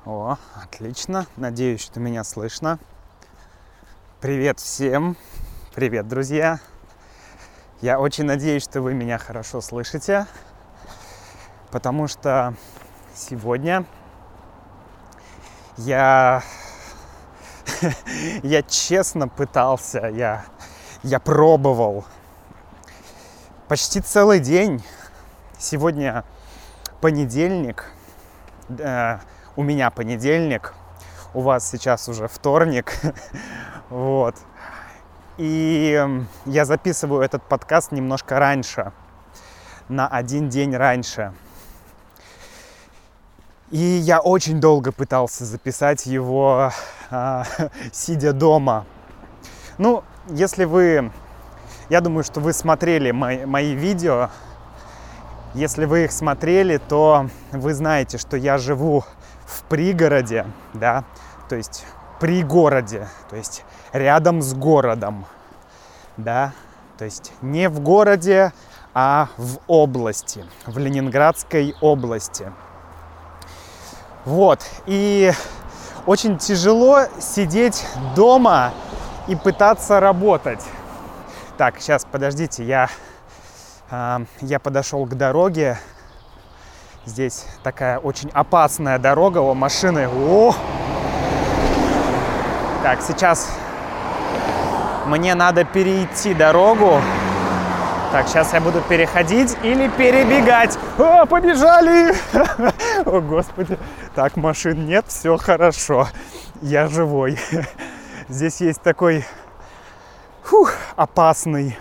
О, отлично. Надеюсь, что меня слышно. Привет всем. Привет, друзья. Я очень надеюсь, что вы меня хорошо слышите, потому что сегодня я честно пытался, я пробовал почти целый день. Сегодня понедельник. У меня понедельник, у вас сейчас уже вторник, вот. И я записываю этот подкаст немножко раньше, на один день раньше. И я очень долго пытался записать его, сидя дома. Ну, если вы, я думаю, что вы смотрели мои видео. Если вы их смотрели, то вы знаете, что я живу в пригороде, да, то есть при городе, то есть рядом с городом, да, то есть не в городе, а в области, в Ленинградской области. Вот, и очень тяжело сидеть дома и пытаться работать. Так, сейчас, подождите, я подошел к дороге. Здесь такая очень опасная дорога, машины. Так, сейчас мне надо перейти дорогу. Так, сейчас я буду переходить или перебегать. О, побежали! О, Господи. Так, машин нет, все хорошо. Я живой. Здесь есть такой опасный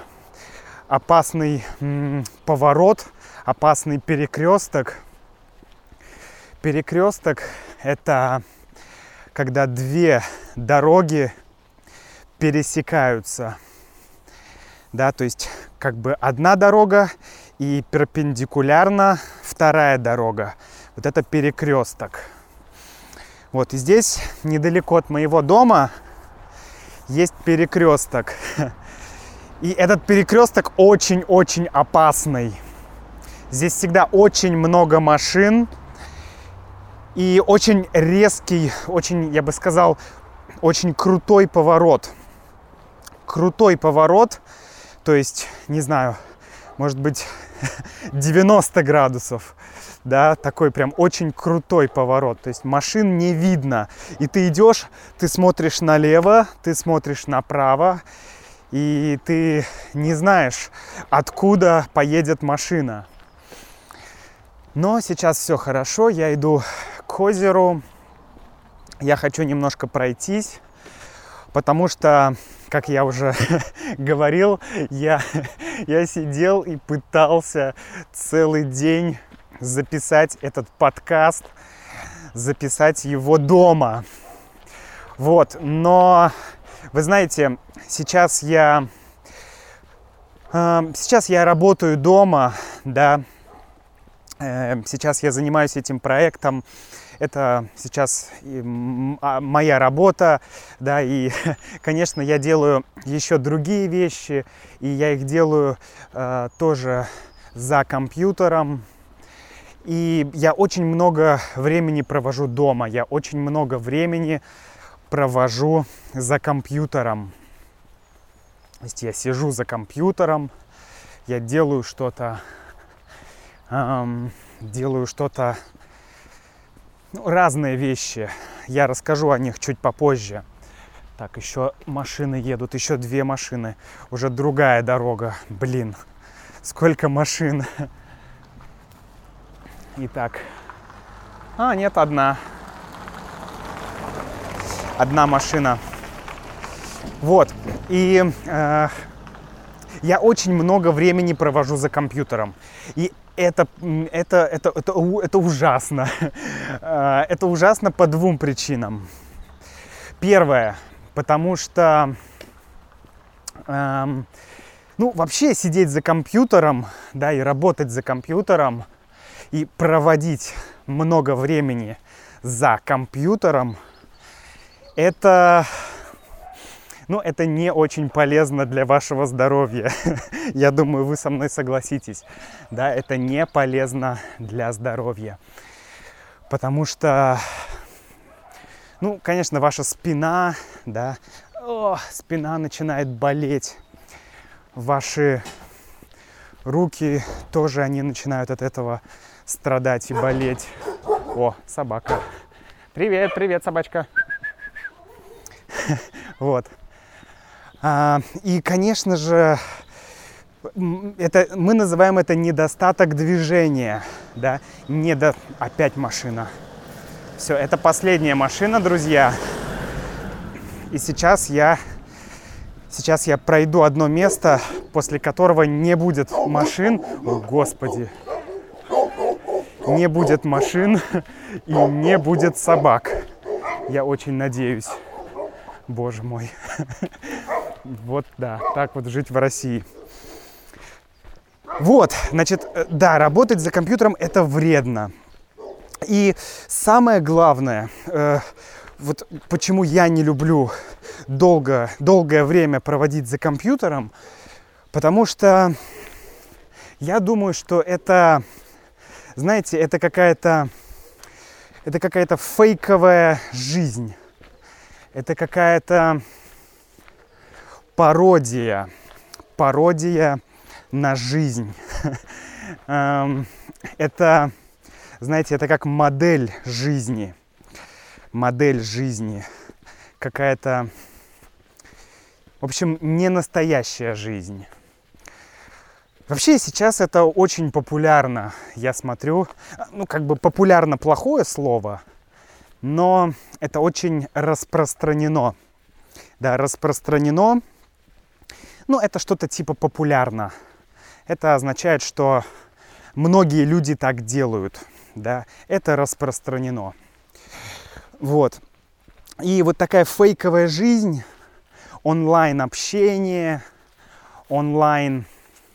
поворот, опасный перекресток. Перекресток – это когда две дороги пересекаются. Да, то есть как бы одна дорога и перпендикулярно вторая дорога. Вот это перекресток. Вот и здесь недалеко от моего дома есть перекресток. И этот перекресток очень-очень опасный. Здесь всегда очень много машин. И очень резкий, очень, я бы сказал, очень крутой поворот. Крутой поворот, то есть, не знаю, может быть, 90 градусов. Да, такой прям очень крутой поворот. То есть машин не видно. И ты идешь, ты смотришь налево, ты смотришь направо. И ты не знаешь, откуда поедет машина. Но сейчас все хорошо, я иду к озеру. Я хочу немножко пройтись, потому что, как я уже говорил, я сидел и пытался целый день записать этот подкаст, записать его дома. Вот, но вы знаете, сейчас я работаю дома, да. Сейчас я занимаюсь этим проектом. Это сейчас моя работа, да, и, конечно, я делаю еще другие вещи, и я их делаю тоже за компьютером. И я очень много времени провожу дома, я очень много времени провожу за компьютером. То есть я сижу за компьютером, я делаю что-то, разные вещи. Я расскажу о них чуть попозже. Так, еще машины едут, еще две машины. Уже другая дорога. Блин, сколько машин. Итак. Нет, одна. Одна машина. Вот. И я очень много времени провожу за компьютером. И это ужасно. Это ужасно по двум причинам. Первое, потому что вообще сидеть за компьютером, да, и работать за компьютером, и проводить много времени за компьютером, это не очень полезно для вашего здоровья. Я думаю, вы со мной согласитесь. Да, это не полезно для здоровья. Потому что Ну, конечно, ваша спина, да, спина начинает болеть. Ваши руки тоже, они начинают от этого страдать и болеть. О, собака. Привет, привет, собачка. Вот. И, конечно же, мы называем это недостаток движения, да, опять машина. Все, это последняя машина, друзья. И сейчас я пройду одно место, после которого не будет машин. О, Господи. Не будет машин и не будет собак. Я очень надеюсь. Боже мой. Вот, да, так вот жить в России. Вот, значит, да, работать за компьютером — это вредно. И самое главное, вот почему я не люблю долгое время проводить за компьютером, потому что я думаю, что это, знаете, это какая-то фейковая жизнь. Это какая-то пародия на жизнь. Это, знаете, это как модель жизни. Какая-то, в общем, не настоящая жизнь. Вообще сейчас это очень популярно, я смотрю. Ну, как бы популярно — плохое слово, но это очень распространено. Да, распространено. Ну, это что-то типа популярно. Это означает, что многие люди так делают. Да, это распространено. Вот. И вот такая фейковая жизнь, онлайн-общение, онлайн...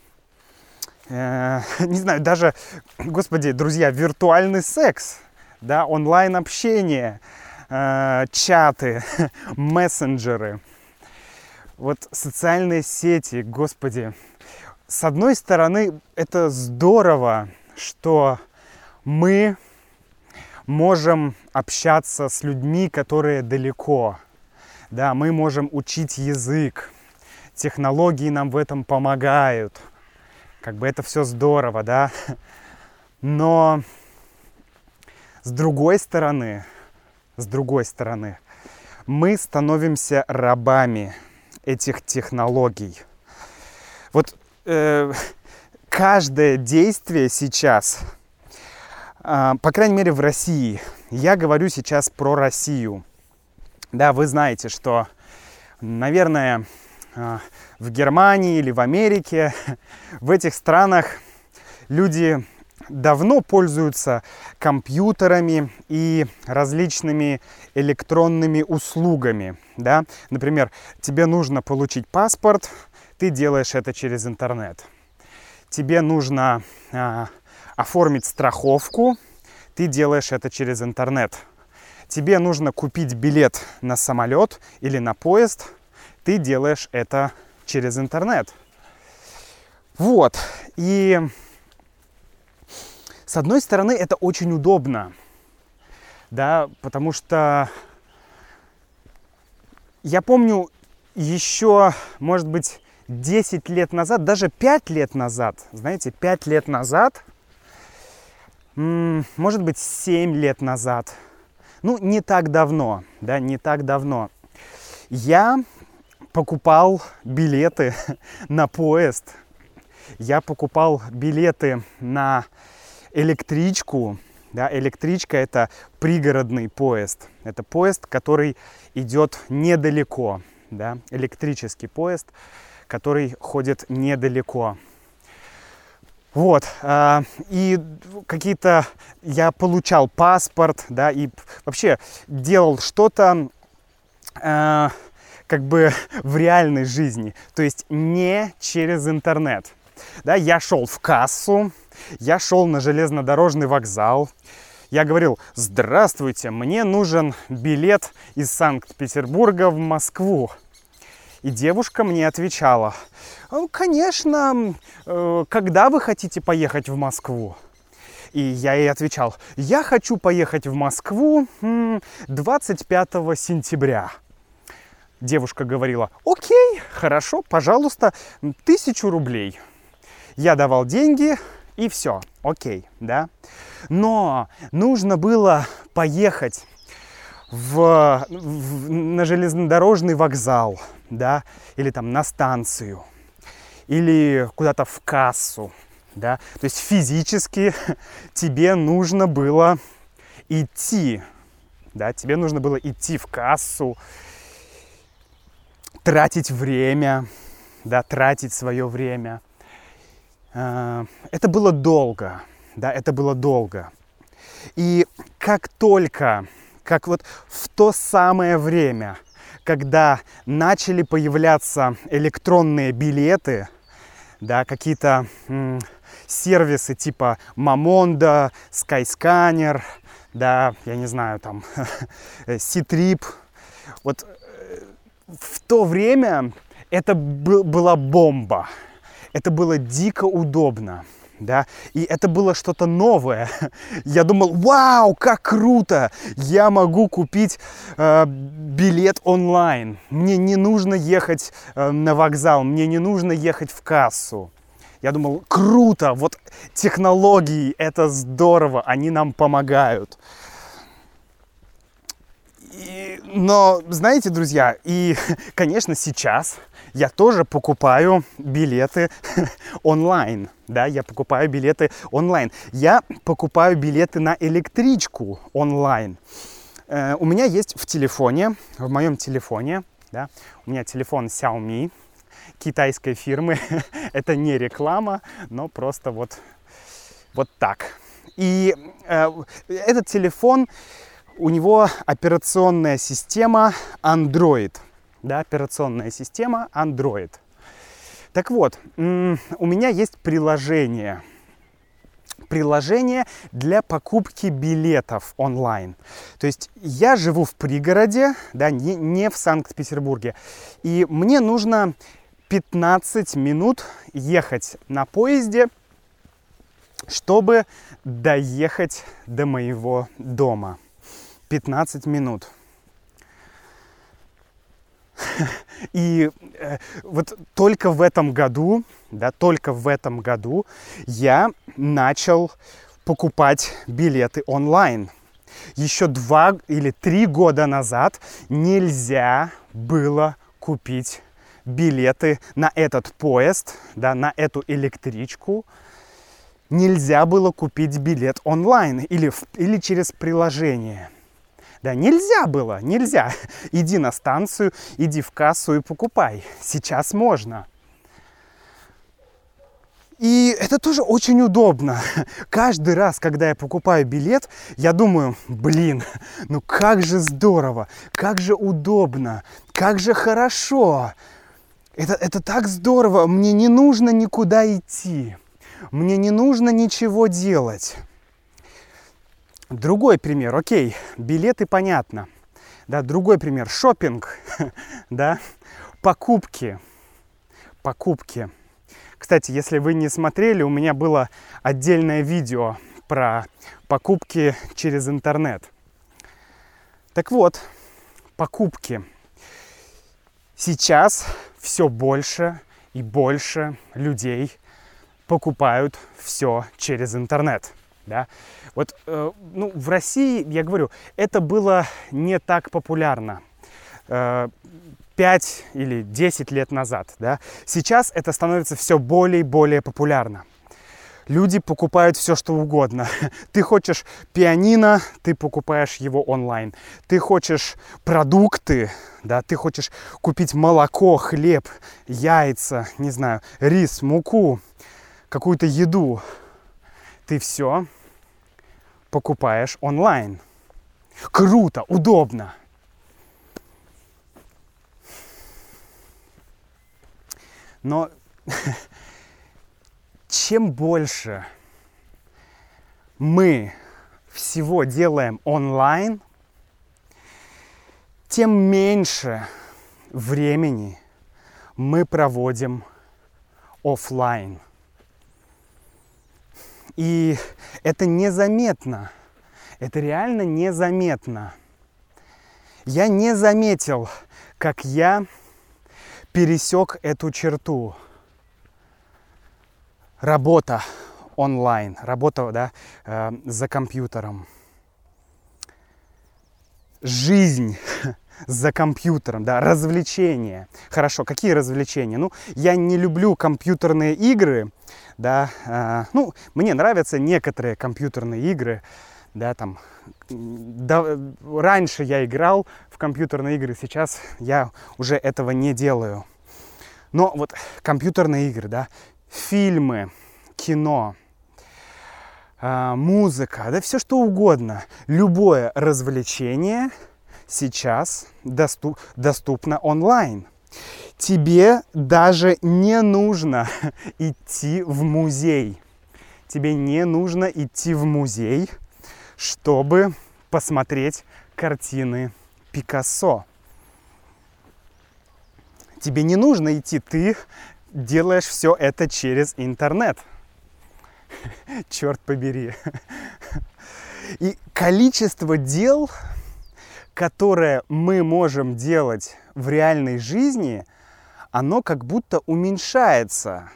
не знаю, даже, господи, друзья, виртуальный секс, да, онлайн-общение, чаты, мессенджеры, вот социальные сети, господи. С одной стороны, это здорово, что мы можем общаться с людьми, которые далеко, да, мы можем учить язык, технологии нам в этом помогают. Как бы это все здорово, да? Но с другой стороны, мы становимся рабами этих технологий. Вот каждое действие сейчас, по крайней мере в России, я говорю сейчас про Россию. Да, вы знаете, что, наверное, в Германии или в Америке, в этих странах люди давно пользуются компьютерами и различными электронными услугами. Да? Например, тебе нужно получить паспорт, ты делаешь это через интернет. Тебе нужно оформить страховку, ты делаешь это через интернет. Тебе нужно купить билет на самолет или на поезд, ты делаешь это через интернет. Вот. И с одной стороны, это очень удобно, да, потому что я помню еще, может быть, 10 лет назад, даже 5 лет назад, знаете, 5 лет назад, может быть, 7 лет назад, ну, не так давно, да, не так давно, я покупал билеты на поезд, я покупал билеты на электричку. Да, электричка — это пригородный поезд. Это поезд, который идет недалеко. Да, электрический поезд, который ходит недалеко. Вот. И какие-то... Я получал паспорт, да, и вообще делал что-то как бы в реальной жизни. То есть не через интернет. Да, я шел в кассу, я шел на железнодорожный вокзал. Я говорил: здравствуйте, мне нужен билет из Санкт-Петербурга в Москву. И девушка мне отвечала: конечно, когда вы хотите поехать в Москву? И я ей отвечал: я хочу поехать в Москву 25 сентября. Девушка говорила: окей, хорошо, пожалуйста, 1000 рублей. Я давал деньги, и все, окей, да. Но нужно было поехать на железнодорожный вокзал, да, или там на станцию, или куда-то в кассу, да. То есть физически тебе нужно было идти, да, тебе нужно было идти в кассу, тратить время, да, тратить свое время. Это было долго, да, это было долго. И как вот в то самое время, когда начали появляться электронные билеты, да, какие-то сервисы типа Momondo, Skyscanner, да, я не знаю, там, Ctrip, вот в то время это была бомба. Это было дико удобно, да, и это было что-то новое. Я думал: вау, как круто! Я могу купить билет онлайн. Мне не нужно ехать на вокзал, мне не нужно ехать в кассу. Я думал: круто, вот технологии, это здорово, они нам помогают. Но, знаете, друзья, и, конечно, сейчас я тоже покупаю билеты онлайн, да, я покупаю билеты онлайн. Я покупаю билеты на электричку онлайн. У меня есть в моем телефоне, да, у меня телефон Xiaomi, китайской фирмы. Это не реклама, но просто вот так. И этот телефон, у него операционная система Android. Да, операционная система Android. Так вот, у меня есть приложение. Приложение для покупки билетов онлайн. То есть я живу в пригороде, да, не в Санкт-Петербурге. И мне нужно 15 минут ехать на поезде, чтобы доехать до моего дома. 15 минут. И вот только в этом году, да, я начал покупать билеты онлайн. Еще 2 или 3 года назад нельзя было купить билеты на этот поезд, да, на эту электричку. Нельзя было купить билет онлайн или через приложение. Да, нельзя. Иди на станцию, иди в кассу и покупай. Сейчас можно. И это тоже очень удобно. Каждый раз, когда я покупаю билет, я думаю: блин, ну как же здорово, как же удобно, как же хорошо. Это так здорово, мне не нужно никуда идти, мне не нужно ничего делать. Другой пример, окей, билеты понятно. Да, другой пример, шопинг, да, покупки. Кстати, если вы не смотрели, у меня было отдельное видео про покупки через интернет. Так вот, покупки. Сейчас все больше и больше людей покупают все через интернет. Да? Вот, в России, я говорю, это было не так популярно 5 или 10 лет назад. Да? Сейчас это становится все более и более популярно. Люди покупают все, что угодно. Ты хочешь пианино, ты покупаешь его онлайн. Ты хочешь продукты, да, ты хочешь купить молоко, хлеб, яйца, не знаю, рис, муку, какую-то еду. Ты все покупаешь онлайн. Круто, удобно. Но чем больше мы всего делаем онлайн, тем меньше времени мы проводим офлайн. И это незаметно. Это реально незаметно. Я не заметил, как я пересек эту черту. Работа онлайн, работа, да, за компьютером. Жизнь за компьютером, да, развлечения. Хорошо, какие развлечения? Ну, я не люблю компьютерные игры, да, ну, мне нравятся некоторые компьютерные игры, да, там, да, раньше я играл в компьютерные игры, сейчас я уже этого не делаю. Но вот компьютерные игры, да, фильмы, кино, музыка, да все что угодно. Любое развлечение сейчас доступно онлайн. Тебе даже не нужно идти в музей. Тебе не нужно идти в музей, чтобы посмотреть картины Пикассо. Тебе не нужно идти, ты делаешь все это через интернет. Черт побери. И количество дел, которые мы можем делать в реальной жизни, оно как будто уменьшается.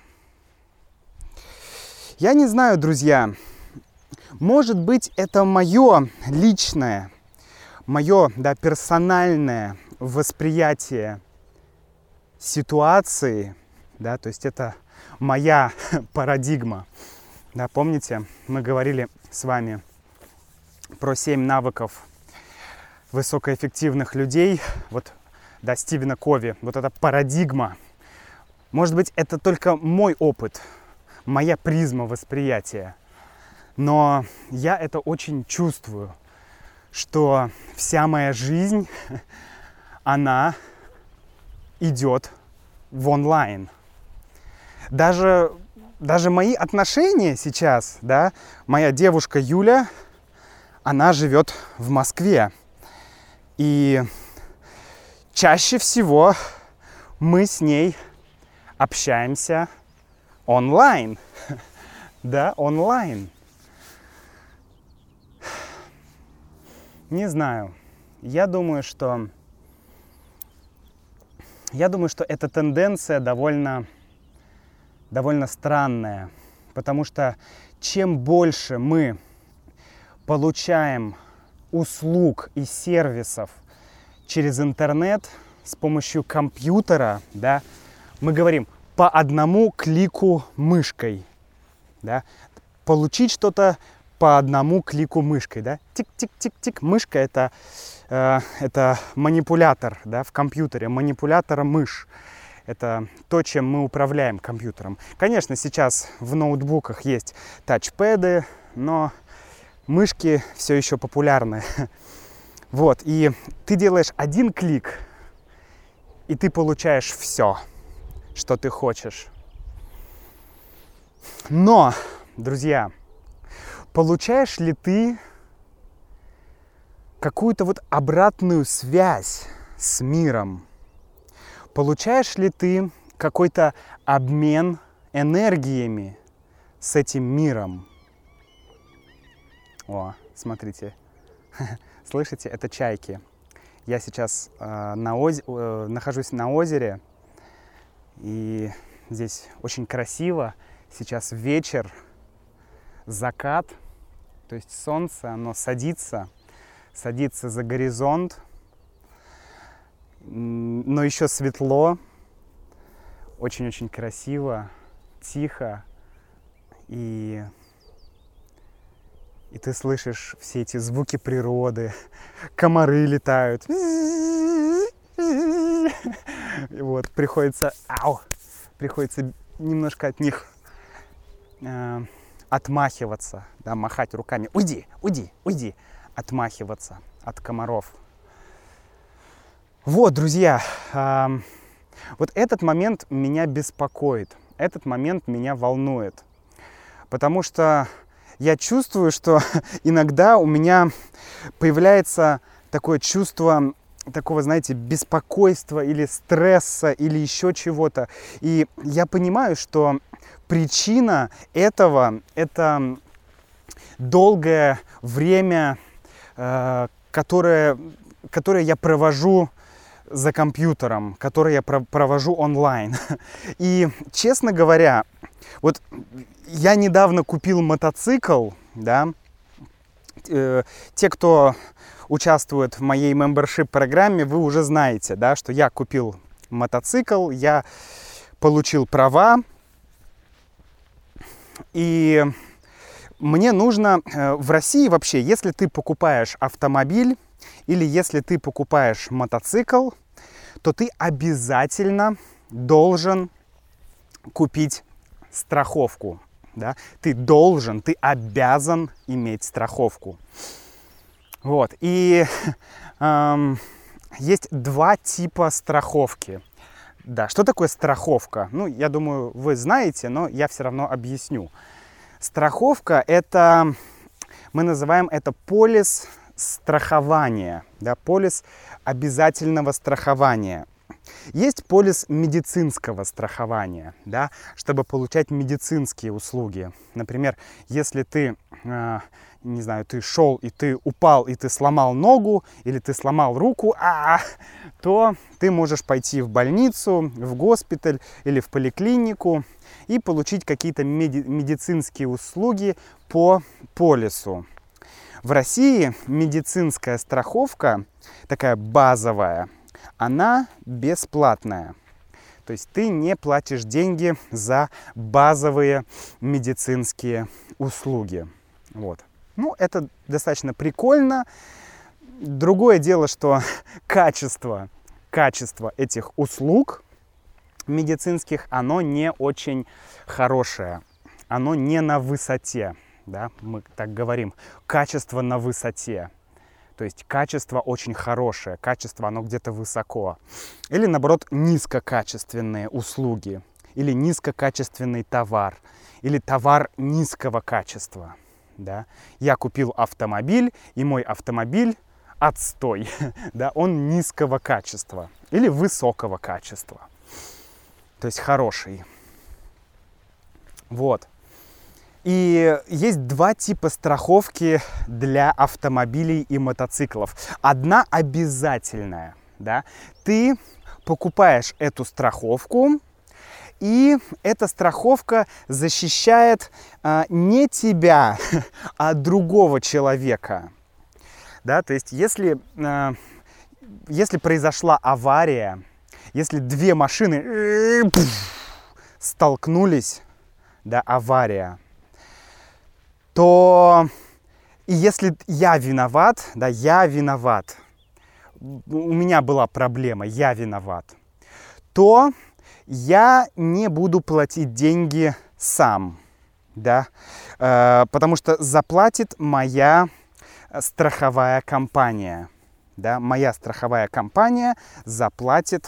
Я не знаю, друзья, может быть, это мое личное, мое, да, персональное восприятие ситуации, да, то есть это моя парадигма. Да, помните, мы говорили с вами про 7 навыков высокоэффективных людей, вот, да, Стивена Кови, вот эта парадигма. Может быть, это только мой опыт, моя призма восприятия, но я это очень чувствую, что вся моя жизнь, она идет в онлайн. Даже мои отношения сейчас, да, моя девушка Юля, она живет в Москве. И чаще всего мы с ней общаемся онлайн. Да, онлайн. Не знаю. Я думаю, что эта тенденция довольно странная, потому что чем больше мы получаем услуг и сервисов через интернет с помощью компьютера, да, мы говорим по одному клику мышкой, да, получить что-то по одному клику мышкой, да, тик-тик-тик-тик, мышка это манипулятор, да, в компьютере, манипулятор-мышь. Это то, чем мы управляем компьютером. Конечно, сейчас в ноутбуках есть тачпэды, но мышки все еще популярны. Вот, и ты делаешь один клик, и ты получаешь все, что ты хочешь. Но, друзья, получаешь ли ты какую-то вот обратную связь с миром? Получаешь ли ты какой-то обмен энергиями с этим миром? О, смотрите, слышите, это чайки. Я сейчас нахожусь на озере, и здесь очень красиво. Сейчас вечер, закат, то есть солнце, оно садится за горизонт, но еще светло, очень-очень красиво, тихо, и ты слышишь все эти звуки природы, комары летают, и вот приходится немножко от них отмахиваться, да, махать руками, уйди, отмахиваться от комаров. Вот, друзья, вот этот момент меня беспокоит, этот момент меня волнует, потому что я чувствую, что иногда у меня появляется такое чувство такого, знаете, беспокойства или стресса или еще чего-то. И я понимаю, что причина этого – это долгое время, которое я провожу за компьютером, которое я провожу онлайн. И, честно говоря, вот я недавно купил мотоцикл, да, те, кто участвует в моей membership-программе, вы уже знаете, да, что я купил мотоцикл, я получил права, и мне нужно в России вообще, если ты покупаешь автомобиль или если ты покупаешь мотоцикл, то ты обязательно должен купить страховку. Да? Ты обязан иметь страховку. Вот. И есть два типа страховки. Да, что такое страховка? Ну, я думаю, вы знаете, но я все равно объясню. Страховка – это, мы называем это полис страхования, да, полис обязательного страхования. Есть полис медицинского страхования, да, чтобы получать медицинские услуги. Например, если ты, не знаю, ты шел и ты упал, и ты сломал ногу, или ты сломал руку, то ты можешь пойти в больницу, в госпиталь или в поликлинику и получить какие-то медицинские услуги по полису. В России медицинская страховка, такая базовая, она бесплатная. То есть ты не платишь деньги за базовые медицинские услуги. Вот. Ну, это достаточно прикольно. Другое дело, что качество этих услуг медицинских, оно не очень хорошее. Оно не на высоте. Да? Мы так говорим. Качество на высоте. То есть качество очень хорошее, качество оно где-то высоко. Или наоборот низкокачественные услуги, или низкокачественный товар, или товар низкого качества. Да? Я купил автомобиль, и мой автомобиль отстой. Да? Он низкого качества или высокого качества. То есть хороший. Вот. И есть два типа страховки для автомобилей и мотоциклов. Одна обязательная. Да? Ты покупаешь эту страховку, и эта страховка защищает не тебя, а другого человека. Да? То есть если произошла авария, если две машины столкнулись, да, авария, то и если я виноват, да, я виноват, у меня была проблема, я виноват, то я не буду платить деньги сам, да, потому что заплатит моя страховая компания, да, моя страховая компания заплатит,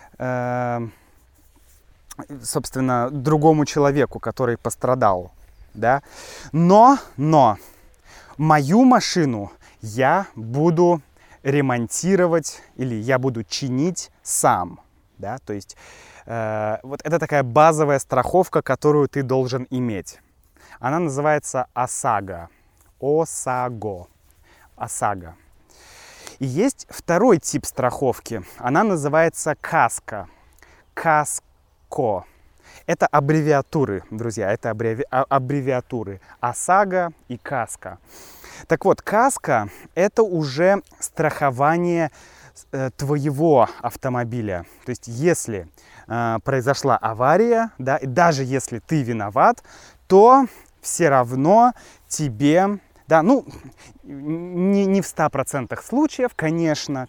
собственно, другому человеку, который пострадал. Да? Но мою машину я буду ремонтировать или я буду чинить сам. Да? То есть вот это такая базовая страховка, которую ты должен иметь. Она называется ОСАГО. ОСАГО. И есть второй тип страховки. Она называется КАСКО. КАСКО. Это аббревиатуры, друзья, это аббревиатуры ОСАГО и КАСКО. Так вот, КАСКО – это уже страхование твоего автомобиля. То есть, если произошла авария, да, и даже если ты виноват, то все равно тебе... Да, ну, не в 100% случаев, конечно.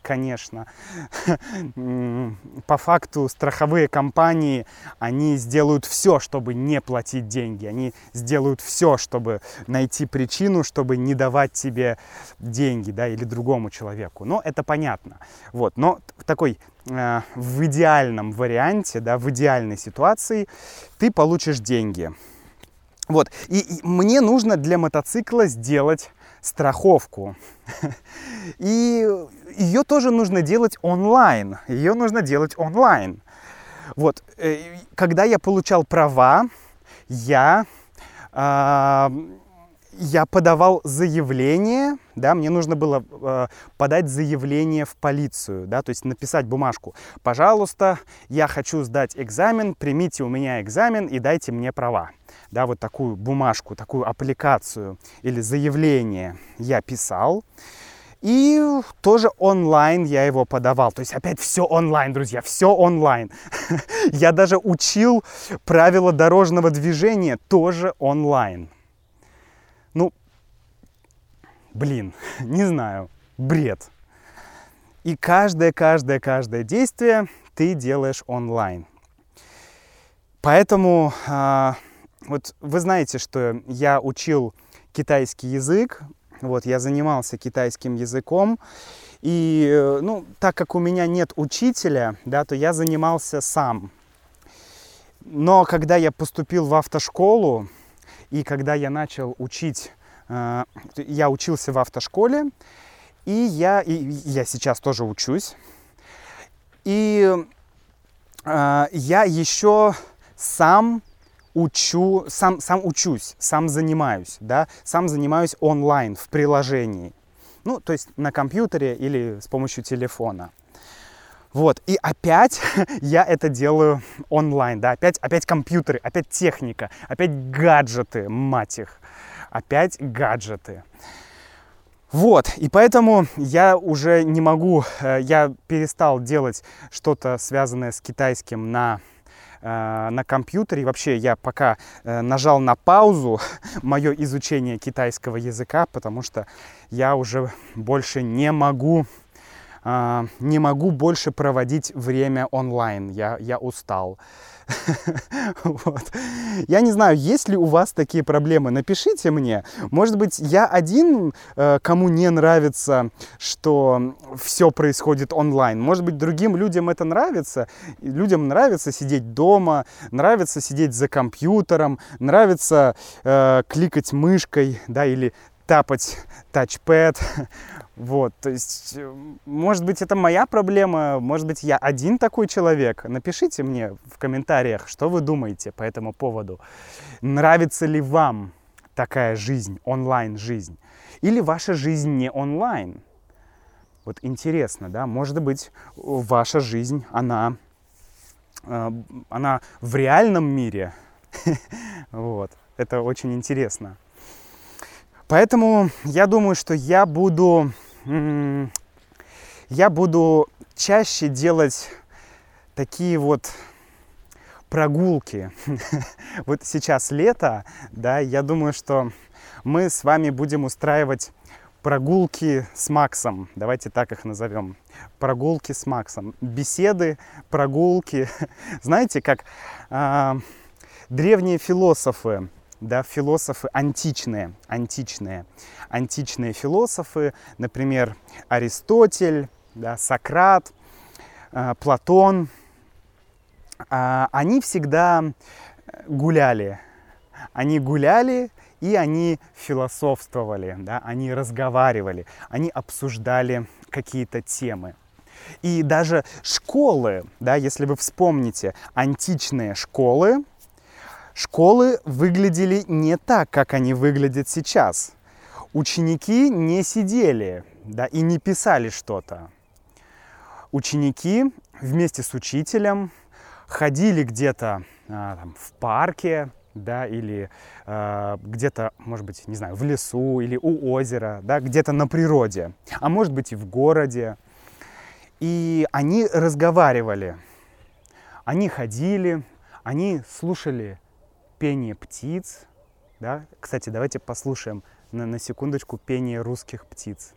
По факту страховые компании, они сделают все, чтобы не платить деньги. Они сделают все, чтобы найти причину, чтобы не давать тебе деньги, да, или другому человеку. Но это понятно. Вот, но такой в идеальном варианте, да, в идеальной ситуации ты получишь деньги. Вот, и мне нужно для мотоцикла сделать страховку. И ее тоже нужно делать онлайн. Вот, когда я получал права, я я подавал заявление, да, мне нужно было подать заявление в полицию, да, то есть написать бумажку: пожалуйста, я хочу сдать экзамен, примите у меня экзамен и дайте мне права. Да, вот такую бумажку, такую аппликацию или заявление я писал. И тоже онлайн я его подавал. То есть опять все онлайн, друзья, все онлайн. Я даже учил правила дорожного движения тоже онлайн. Ну, блин, не знаю, бред. И каждое действие ты делаешь онлайн. Поэтому вот вы знаете, что я учил китайский язык. Вот, я занимался китайским языком, и, ну, так как у меня нет учителя, да, то я занимался сам. Но когда я поступил в автошколу, и когда я начал учить, я учился в автошколе, и я сейчас тоже учусь, и я еще сам учусь, сам занимаюсь, да, сам занимаюсь онлайн в приложении. Ну, то есть на компьютере или с помощью телефона. Вот, и опять я это делаю онлайн, да, опять компьютеры, опять техника, опять гаджеты, мать их, опять гаджеты. Вот, и поэтому я уже не могу, я перестал делать что-то связанное с китайским на компьютере. И вообще я пока нажал на паузу мое изучение китайского языка, потому что я уже больше не могу больше проводить время онлайн. Я устал. Вот. Я не знаю, есть ли у вас такие проблемы. Напишите мне. Может быть, я один, кому не нравится, что все происходит онлайн. Может быть, другим людям это нравится. Людям нравится сидеть дома, нравится сидеть за компьютером, нравится кликать мышкой, да, или тапать тачпэд. Вот, то есть, может быть, это моя проблема, может быть, я один такой человек. Напишите мне в комментариях, что вы думаете по этому поводу. Нравится ли вам такая жизнь, онлайн-жизнь? Или ваша жизнь не онлайн? Вот интересно, да, может быть, ваша жизнь, она в реальном мире. Вот, это очень интересно. Поэтому я думаю, что я буду чаще делать такие вот прогулки. Вот сейчас лето, да, я думаю, что мы с вами будем устраивать прогулки с Максом. Давайте так их назовем. Прогулки с Максом. Беседы, прогулки. Знаете, как древние философы, да, философы античные философы, например, Аристотель, да, Сократ, Платон, они всегда гуляли. Они гуляли и они философствовали, да, они разговаривали, они обсуждали какие-то темы. И даже школы, да, если вы вспомните, античные школы выглядели не так, как они выглядят сейчас. Ученики не сидели, да, и не писали что-то. Ученики вместе с учителем ходили где-то в парке, да, или где-то, может быть, не знаю, в лесу или у озера, да, где-то на природе, а может быть и в городе. И они разговаривали, они ходили, они слушали пение птиц, да. Кстати, давайте послушаем на секундочку пение русских птиц.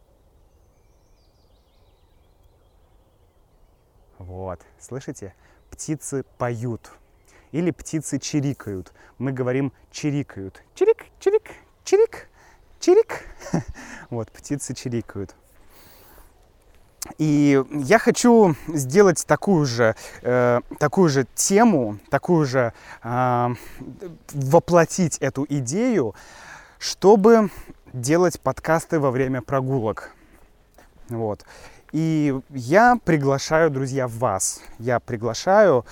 Вот, слышите? Птицы поют или птицы чирикают. Мы говорим чирикают. Чирик, чирик, чирик, чирик. Вот, птицы чирикают. И я хочу сделать такую же тему, воплотить эту идею, чтобы делать подкасты во время прогулок. Вот. И я приглашаю, друзья, вас. Я приглашаю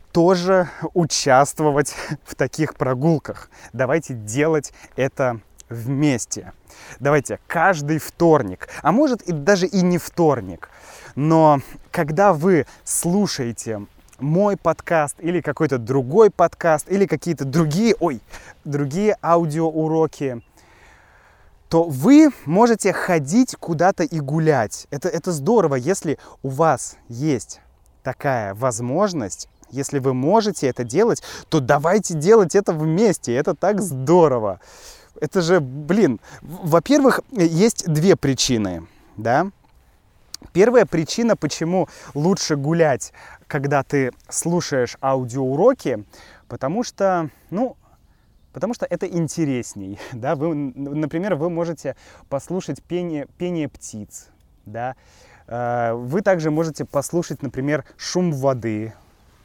тоже участвовать в таких прогулках. Давайте делать это вместе. Давайте каждый вторник, а может и даже и не вторник, но когда вы слушаете мой подкаст или какой-то другой подкаст или какие-то другие аудиоуроки, то вы можете ходить куда-то и гулять. Это здорово, если у вас есть такая возможность, если вы можете это делать, то давайте делать это вместе. Это так здорово. Это же, во-первых, есть две причины, да? Первая причина, почему лучше гулять, когда ты слушаешь аудиоуроки, потому что это интересней, да? Например, вы можете послушать пение птиц, да? Вы также можете послушать, например, шум воды.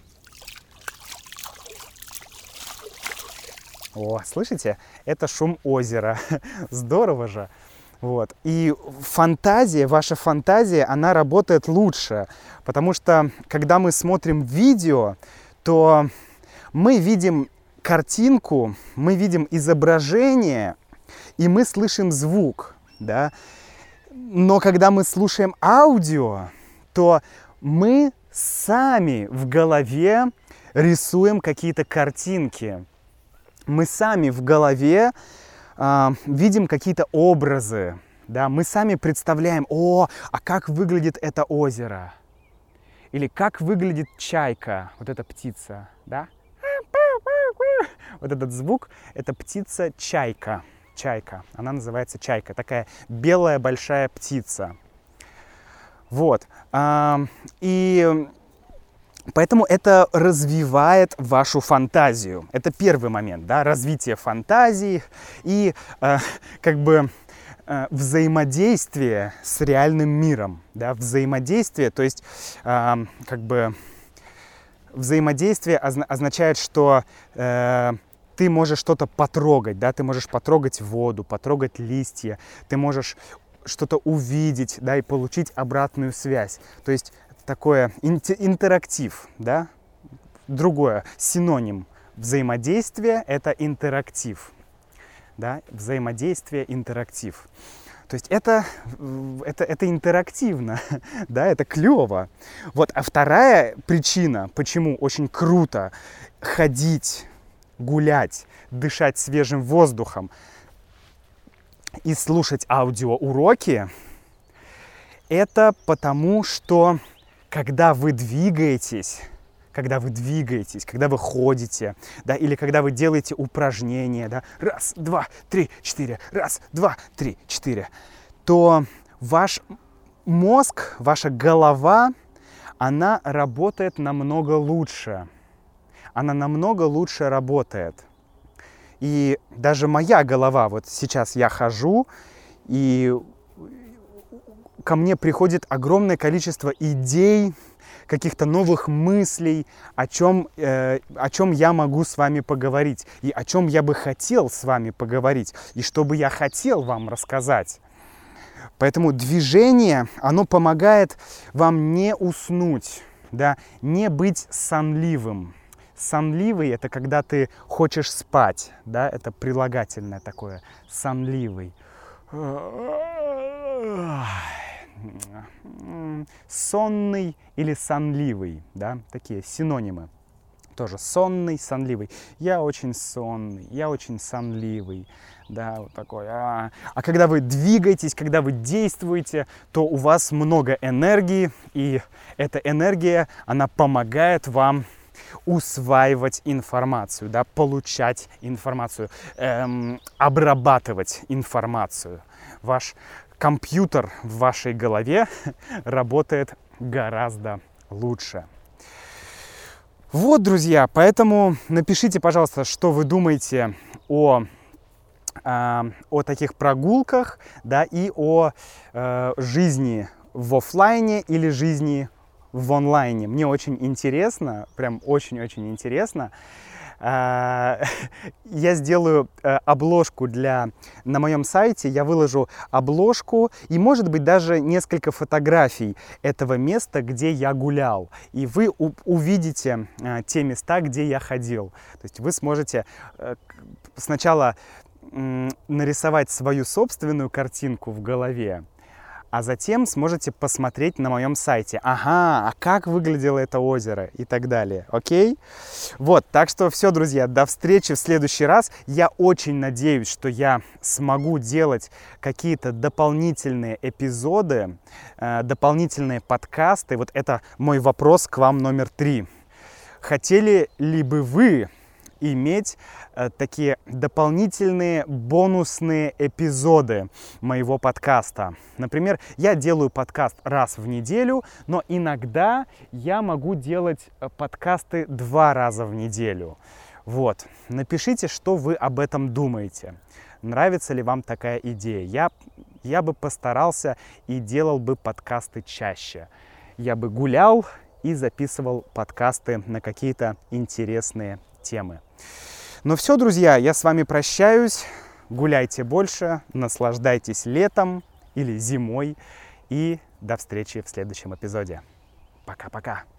О, слышите? Это шум озера. Здорово же. Вот. И ваша фантазия, она работает лучше, потому что, когда мы смотрим видео, то мы видим картинку, мы видим изображение, и мы слышим звук, да? Но когда мы слушаем аудио, то мы сами в голове рисуем какие-то картинки. Мы сами в голове видим какие-то образы, да? Мы сами представляем, а как выглядит это озеро? Или как выглядит чайка, вот эта птица, да? Вот этот звук — это птица чайка. Чайка. Она называется чайка. Такая белая большая птица. Вот. И поэтому это развивает вашу фантазию. Это первый момент, да, развитие фантазии и взаимодействие с реальным миром, да, взаимодействие, то есть взаимодействие означает, что ты можешь что-то потрогать, да, ты можешь потрогать воду, потрогать листья, ты можешь что-то увидеть, да, и получить обратную связь. То есть такое интерактив, да, другое, синоним взаимодействия — это интерактив, да, взаимодействие, интерактив. То есть это интерактивно, да, это клево. Вот, а вторая причина, почему очень круто ходить, гулять, дышать свежим воздухом и слушать аудиоуроки, это потому, что когда вы двигаетесь, когда вы ходите, да, или когда вы делаете упражнения, да, 1, 2, 3, 4, 1, 2, 3, 4, то ваш мозг, ваша голова, она работает намного лучше. Она намного лучше работает. И даже моя голова, вот сейчас я хожу, и ко мне приходит огромное количество идей, каких-то новых мыслей, о чем я могу с вами поговорить, и о чем я бы хотел с вами поговорить, и что бы я хотел вам рассказать. Поэтому движение, оно помогает вам не уснуть, да, не быть сонливым. Сонливый — это когда ты хочешь спать, да, это прилагательное такое, сонливый. Сонный или сонливый, да, такие синонимы. Тоже сонный, сонливый. Я очень сонный, я очень сонливый, да, вот такой. А когда вы двигаетесь, когда вы действуете, то у вас много энергии, и эта энергия, она помогает вам усваивать информацию, да, получать информацию, обрабатывать информацию. Ваш компьютер в вашей голове работает гораздо лучше. Вот, друзья, поэтому напишите, пожалуйста, что вы думаете о таких прогулках, да, и о жизни в офлайне или жизни в онлайне. Мне очень интересно, прям очень-очень интересно. Я сделаю обложку на моем сайте, я выложу обложку и, может быть, даже несколько фотографий этого места, где я гулял. И вы увидите те места, где я ходил. То есть вы сможете сначала нарисовать свою собственную картинку в голове, а затем сможете посмотреть на моем сайте. Ага, а как выглядело это озеро и так далее. Окей? Вот, так что все, друзья, до встречи в следующий раз. Я очень надеюсь, что я смогу делать какие-то дополнительные эпизоды, дополнительные подкасты. Вот это мой вопрос к вам номер 3. Хотели ли бы вы иметь такие дополнительные бонусные эпизоды моего подкаста? Например, я делаю подкаст раз в неделю, но иногда я могу делать подкасты 2 раза в неделю. Вот. Напишите, что вы об этом думаете. Нравится ли вам такая идея? Я бы постарался и делал бы подкасты чаще. Я бы гулял и записывал подкасты на какие-то интересные темы. Ну все, друзья, я с вами прощаюсь. Гуляйте больше, наслаждайтесь летом или зимой. И до встречи в следующем эпизоде. Пока-пока.